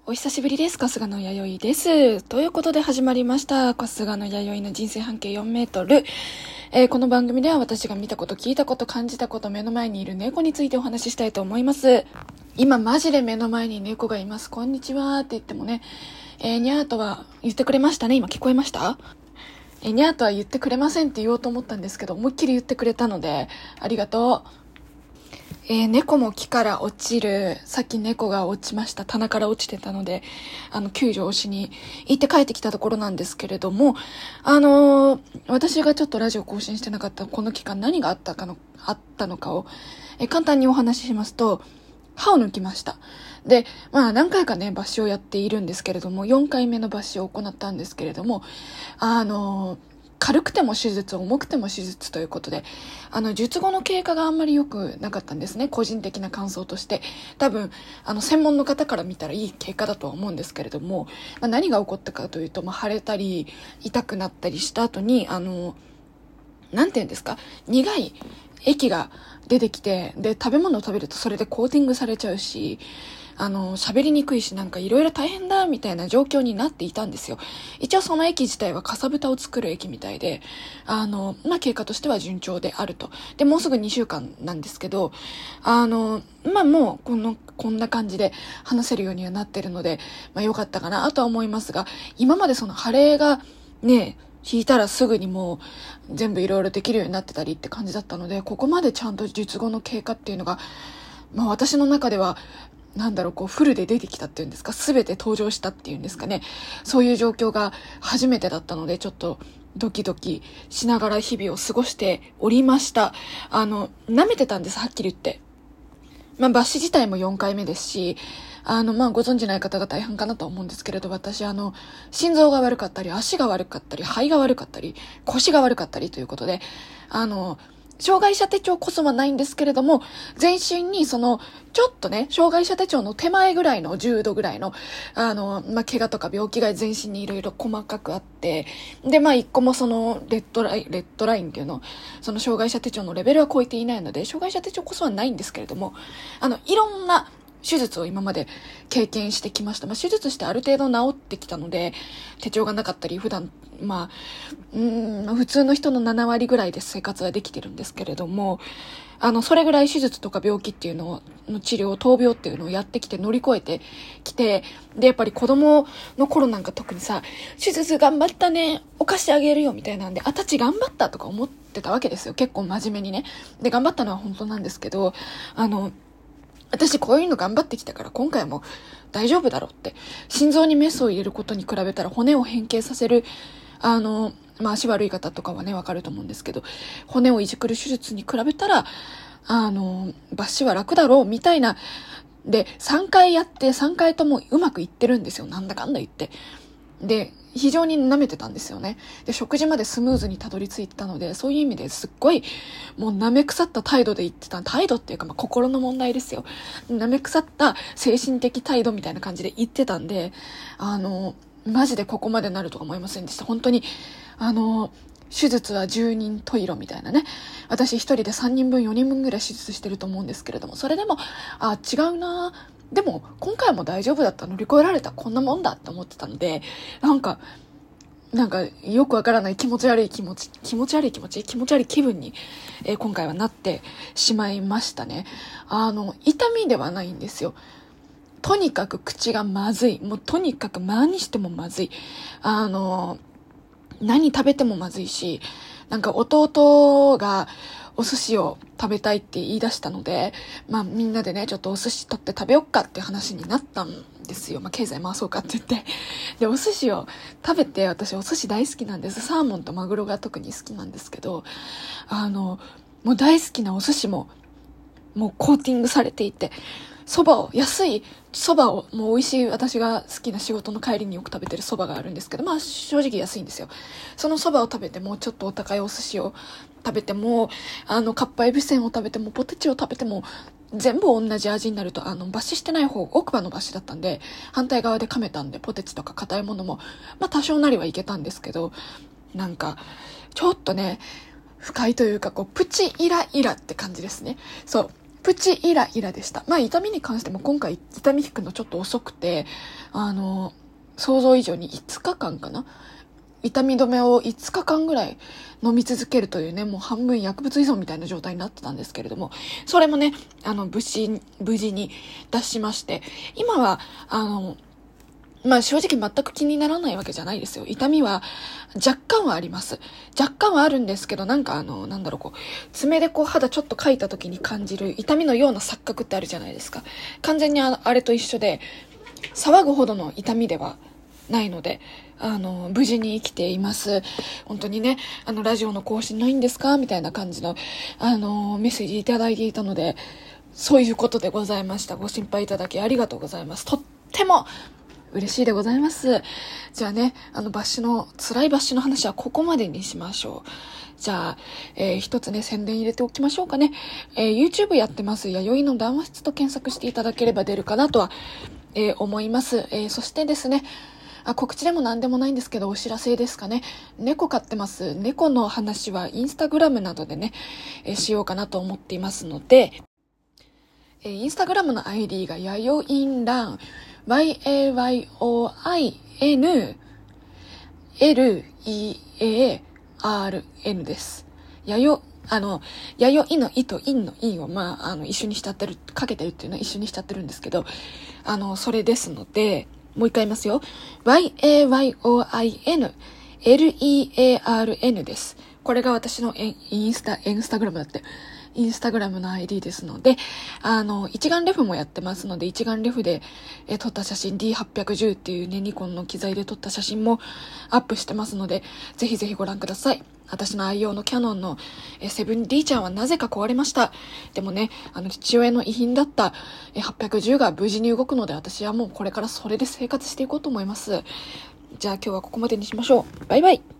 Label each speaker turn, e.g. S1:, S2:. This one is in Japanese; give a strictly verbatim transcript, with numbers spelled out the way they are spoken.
S1: お久しぶりです。春日の弥生です。ということで始まりました。春日の弥生の人生半径よんメートル。えー、この番組では私が見たこと、聞いたこと、感じたこと、目の前にいる猫についてお話ししたいと思います。今マジで目の前に猫がいます。こんにちはって言ってもね、えー、にゃーとは言ってくれましたね。今聞こえました？えー、にゃーとは言ってくれませんって言おうと思ったんですけど、思いっきり言ってくれたので、ありがとう。えー、猫も木から落ちる。さっき猫が落ちました。棚から落ちてたので、あの、救助をしに行って帰ってきたところなんですけれども、あのー、私がちょっとラジオ更新してなかったこの期間何があったかの、あったのかを、えー、簡単にお話ししますと、歯を抜きました。で、まあ何回かね、抜歯をやっているんですけれども、よんかいめの抜歯を行ったんですけれども、あのー、軽くても手術、重くても手術ということで、あの、術後の経過があんまり良くなかったんですね。個人的な感想として。多分、あの、専門の方から見たらいい経過だとは思うんですけれども、まあ、何が起こったかというと、まあ、腫れたり、痛くなったりした後に、あの、なんていうんですか、苦い液が出てきて、で、食べ物を食べるとそれでコーティングされちゃうし、あの、喋りにくいし、なんかいろいろ大変だ、みたいな状況になっていたんですよ。一応その液自体はかさぶたを作る液みたいで、あの、まあ、経過としては順調であると。で、もうすぐにしゅうかんなんですけど、あの、まあ、もう、この、こんな感じで話せるようにはなってるので、まあ、よかったかなとは思いますが、今までその腫れが、ね、引いたらすぐにもう全部いろいろできるようになってたりって感じだったので、ここまでちゃんと術後の経過っていうのが、まあ、私の中では、なんだろう、こう、フルで出てきたっていうんですか、すべて登場したっていうんですかね。そういう状況が初めてだったので、ちょっとドキドキしながら日々を過ごしておりました。あの、舐めてたんです、はっきり言って。まあ、抜歯自体もよんかいめですし、あの、まあ、ご存知ない方が大半かなと思うんですけれど、私、あの、心臓が悪かったり、足が悪かったり、肺が悪かったり、腰が悪かったりということで、あの、障害者手帳こそはないんですけれども、全身にその、ちょっとね、障害者手帳の手前ぐらいのじゅうどぐらいの、あの、まあ、怪我とか病気が全身にいろいろ細かくあって、で、まあ、一個もその、レッドライン、レッドラインっていうの、その障害者手帳のレベルは超えていないので、障害者手帳こそはないんですけれども、あの、いろんな、手術を今まで経験してきました。まあ、手術してある程度治ってきたので、手帳がなかったり、普段、まあ、うーん、普通の人のななわりぐらいで生活はできてるんですけれども、あの、それぐらい手術とか病気っていうのの治療、闘病っていうのをやってきて乗り越えてきて、で、やっぱり子供の頃なんか特にさ、手術頑張ったね、お菓子あげるよみたいなんで、あたち頑張ったとか思ってたわけですよ。結構真面目にね。で、頑張ったのは本当なんですけど、あの、私こういうの頑張ってきたから今回も大丈夫だろうって。心臓にメスを入れることに比べたら骨を変形させる、あの、まあ、足悪い方とかはね、わかると思うんですけど、骨をいじくる手術に比べたら、あの、抜歯は楽だろうみたいな。で、さんかいやってさんかいともうまくいってるんですよ。なんだかんだ言って。で、非常に舐めてたんですよね。で、食事までスムーズにたどり着いてたので、そういう意味ですっごい、もう舐め腐った態度で言ってた、態度っていうか、まあ、心の問題ですよ。舐め腐った精神的態度みたいな感じで言ってたんで、あの、マジでここまでなるとは思いませんでした。本当に、あの、手術はじゅうにん十色みたいなね。私一人でさんにんぶんよにんぶんぐらい手術してると思うんですけれども、それでも、あ、違うなでも今回も大丈夫だった、乗り越えられた、こんなもんだって思ってたので、なんかなんかよくわからない気持ち悪い気持ち気持ち悪い気持ち気持ち悪い気分に、えー、今回はなってしまいましたね。あの痛みではないんですよ。とにかく口がまずい。もうとにかく何してもまずい。あの何食べてもまずいし、なんか弟がお寿司を食べたいって言い出したので、まあみんなでね、ちょっとお寿司取って食べよっかって話になったんですよ。まあ経済回そうかって言って。で、お寿司を食べて、私お寿司大好きなんです。サーモンとマグロが特に好きなんですけど、あの、もう大好きなお寿司も、もうコーティングされていて、蕎麦を、安い蕎麦を、もう美味しい、私が好きな仕事の帰りによく食べてる蕎麦があるんですけど、まあ正直安いんですよ。その蕎麦を食べても、ちょっとお高いお寿司を食べても、あの、かっぱえびせんを食べても、ポテチを食べても、全部同じ味になると、あの、抜歯してない方、奥歯の抜歯だったんで、反対側で噛めたんで、ポテチとか硬いものも、まあ多少なりはいけたんですけど、なんか、ちょっとね、不快というか、こう、プチイライラって感じですね。そう。 プチイライラでした。まあ痛みに関しても今回痛み引くのちょっと遅くて、あの、想像以上にいつかかんかな、痛み止めをいつかかんぐらい飲み続けるというね、もう半分薬物依存みたいな状態になってたんですけれども、それもね、あの、無事、無事に脱しまして、今は、あの、まあ正直全く気にならないわけじゃないですよ。痛みは若干はあります。若干はあるんですけど、なんかあの、なんだろう、こう、爪でこう肌ちょっとかいた時に感じる痛みのような錯覚ってあるじゃないですか。完全にああれと一緒で、騒ぐほどの痛みではないので、あの、無事に生きています。本当にね、あの、ラジオの更新ないんですかみたいな感じの、あの、メッセージいただいていたので、そういうことでございました。ご心配いただきありがとうございます。とっても嬉しいでございます。じゃあね、あの、バッシュの、辛いバッシュの話はここまでにしましょう。じゃあ、えー、一つね、宣伝入れておきましょうかね。えー、YouTube やってます。弥生の談話室と検索していただければ出るかなとは、えー、思います。えー、そしてですね、あ、告知でも何でもないんですけど、お知らせですかね。猫飼ってます。猫の話はインスタグラムなどでね、えー、しようかなと思っていますので、えー、インスタグラムの アイディー がやよいんらん、ワイエーワイオーアイエヌエルイーエーアールエヌ です。やよ、あの、やよいのいといんのいを、まあ、あの、一緒にしちゃってる、かけてるっていうのは一緒にしちゃってるんですけど、あの、それですので、もう一回言いますよ。ワイエーワイオーアイエヌエルイーエーアールエヌ です。これが私のインスタ、インスタグラムだって。インスタグラムの アイディー ですので、あの、一眼レフもやってますので、一眼レフでえ撮った写真 ディーはっぴゃくじゅう っていうね、ニコンの機材で撮った写真もアップしてますので、ぜひぜひご覧ください。私の愛用のキヤノンの セブンディー ちゃんはなぜか壊れました。でもね、あの父親の遺品だったはっぴゃくじゅうが無事に動くので、私はもうこれからそれで生活していこうと思います。じゃあ今日はここまでにしましょう。バイバイ。